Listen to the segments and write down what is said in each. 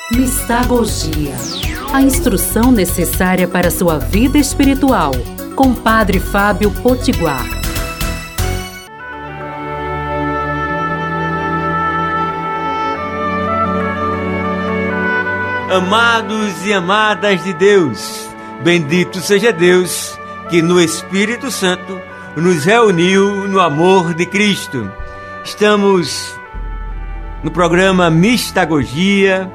Mistagogia, a instrução necessária para a sua vida espiritual, com Padre Fábio Potiguar. Amados e amadas de Deus, bendito seja Deus que no Espírito Santo nos reuniu no amor de Cristo. Estamos no programa Mistagogia,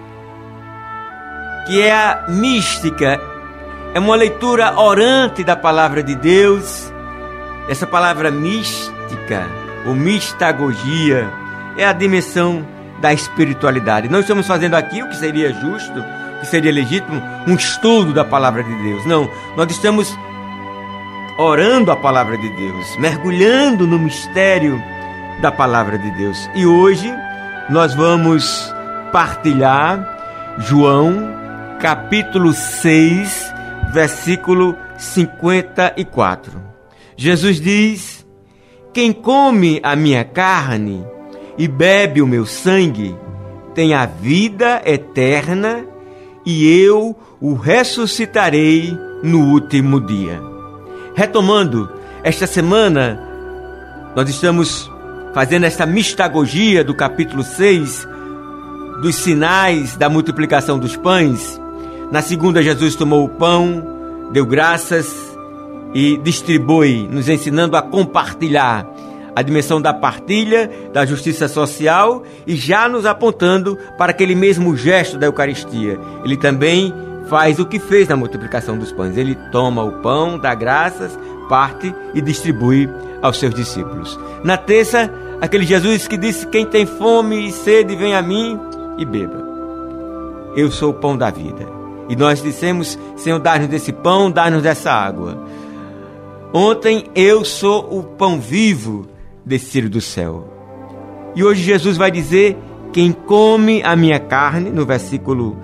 que é a mística, é uma leitura orante da palavra de Deus. Essa palavra mística, ou mistagogia, é a dimensão da espiritualidade. Não estamos fazendo aqui o que seria justo, o que seria legítimo, um estudo da palavra de Deus. Não, nós estamos orando a palavra de Deus, mergulhando no mistério da palavra de Deus. E hoje nós vamos partilhar João capítulo 6, versículo 54. Jesus diz: quem come a minha carne e bebe o meu sangue tem a vida eterna, e eu o ressuscitarei no último dia. Retomando, esta semana nós estamos fazendo esta mistagogia do capítulo 6, dos sinais da multiplicação dos pães. Na segunda, Jesus tomou o pão, deu graças e distribui, nos ensinando a compartilhar a dimensão da partilha, da justiça social, e já nos apontando para aquele mesmo gesto da Eucaristia. Ele também faz o que fez na multiplicação dos pães. Ele toma o pão, dá graças, parte e distribui aos seus discípulos. Na terça, aquele Jesus que disse: quem tem fome e sede, vem a mim e beba. Eu sou o pão da vida. E nós dissemos: Senhor, dá-nos desse pão, dá-nos dessa água. Ontem, eu sou o pão vivo descido do céu. E hoje Jesus vai dizer: quem come a minha carne, no versículo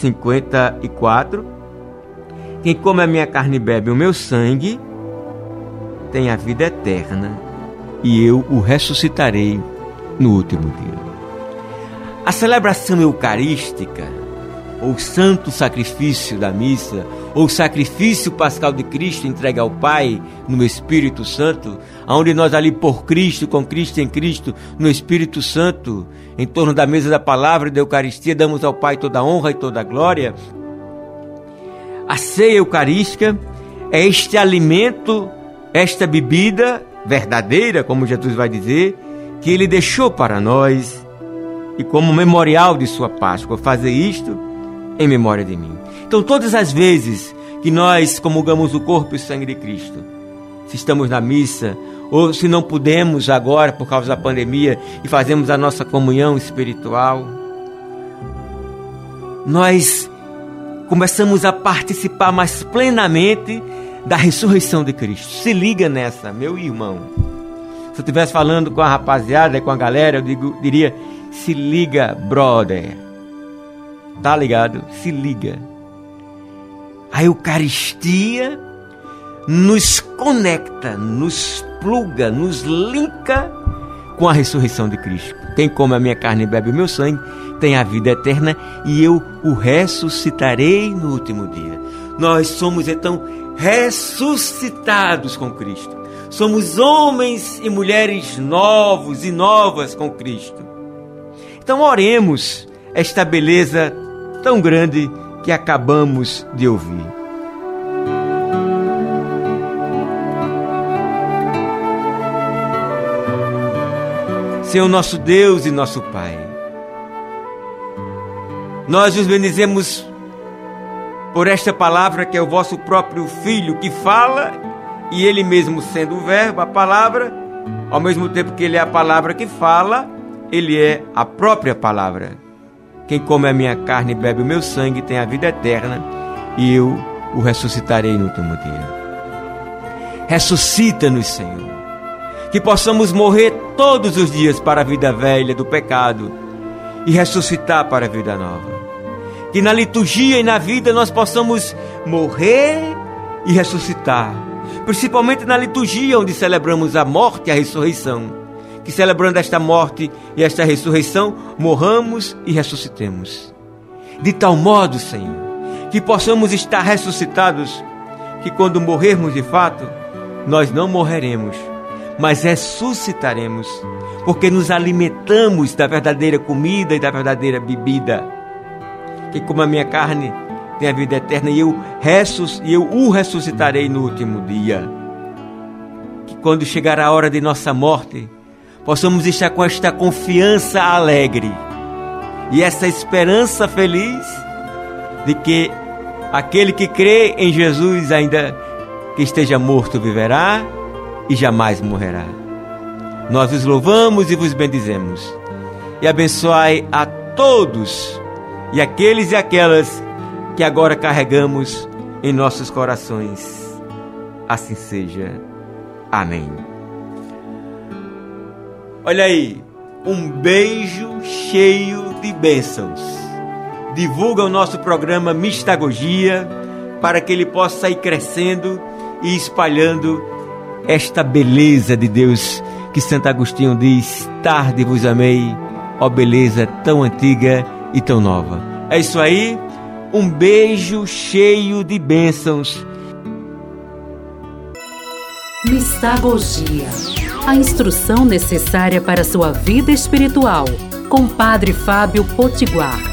54, quem come a minha carne e bebe o meu sangue, tem a vida eterna, e eu o ressuscitarei no último dia. A celebração eucarística, ou santo sacrifício da missa, ou sacrifício pascal de Cristo entregue ao Pai no Espírito Santo, onde nós ali por Cristo, com Cristo em Cristo, no Espírito Santo, em torno da mesa da palavra e da Eucaristia, damos ao Pai toda a honra e toda a glória. A ceia eucarística é este alimento, esta bebida verdadeira, como Jesus vai dizer, que Ele deixou para nós, e como memorial de sua Páscoa, fazer isto em memória de mim. Então, todas as vezes que nós comungamos o corpo e o sangue de Cristo, se estamos na missa, ou se não pudemos agora por causa da pandemia e fazemos a nossa comunhão espiritual, nós começamos a participar mais plenamente da ressurreição de Cristo. Se liga nessa, meu irmão. Se eu estivesse falando com a rapaziada, com a galera, eu diria: se liga, brother. Tá ligado? Se liga. A Eucaristia nos conecta, nos pluga, nos linka com a ressurreição de Cristo. Quem come a minha carne e bebe o meu sangue tem a vida eterna, e eu o ressuscitarei no último dia. Nós somos então ressuscitados com Cristo. Somos homens e mulheres novos e novas com Cristo. Então oremos esta beleza tão grande que acabamos de ouvir. Senhor nosso Deus e nosso Pai, nós os bendizemos por esta palavra que é o vosso próprio Filho, que fala, e Ele mesmo sendo o verbo, a palavra, ao mesmo tempo que Ele é a palavra que fala, Ele é a própria palavra. Quem come a minha carne e bebe o meu sangue tem a vida eterna, e eu o ressuscitarei no último dia. Ressuscita-nos, Senhor, que possamos morrer todos os dias para a vida velha do pecado e ressuscitar para a vida nova. Que na liturgia e na vida nós possamos morrer e ressuscitar, principalmente na liturgia, onde celebramos a morte e a ressurreição. Que celebrando esta morte e esta ressurreição, morramos e ressuscitemos. de tal modo, Senhor, que possamos estar ressuscitados, que quando morrermos de fato, nós não morreremos, mas ressuscitaremos, porque nos alimentamos da verdadeira comida e da verdadeira bebida. Que como a minha carne tem a vida eterna e eu o ressuscitarei no último dia. Que quando chegar a hora de nossa morte, possamos estar com esta confiança alegre e essa esperança feliz de que aquele que crê em Jesus, ainda que esteja morto, viverá e jamais morrerá. Nós os louvamos e vos bendizemos. E abençoai a todos e aqueles e aquelas que agora carregamos em nossos corações. Assim seja. Amém. Olha aí, um beijo cheio de bênçãos. Divulga o nosso programa Mistagogia para que ele possa ir crescendo e espalhando esta beleza de Deus que Santo Agostinho diz: tarde vos amei, ó beleza tão antiga e tão nova. É isso aí, um beijo cheio de bênçãos. Mistagogia, a instrução necessária para a sua vida espiritual, com Padre Fábio Potiguar.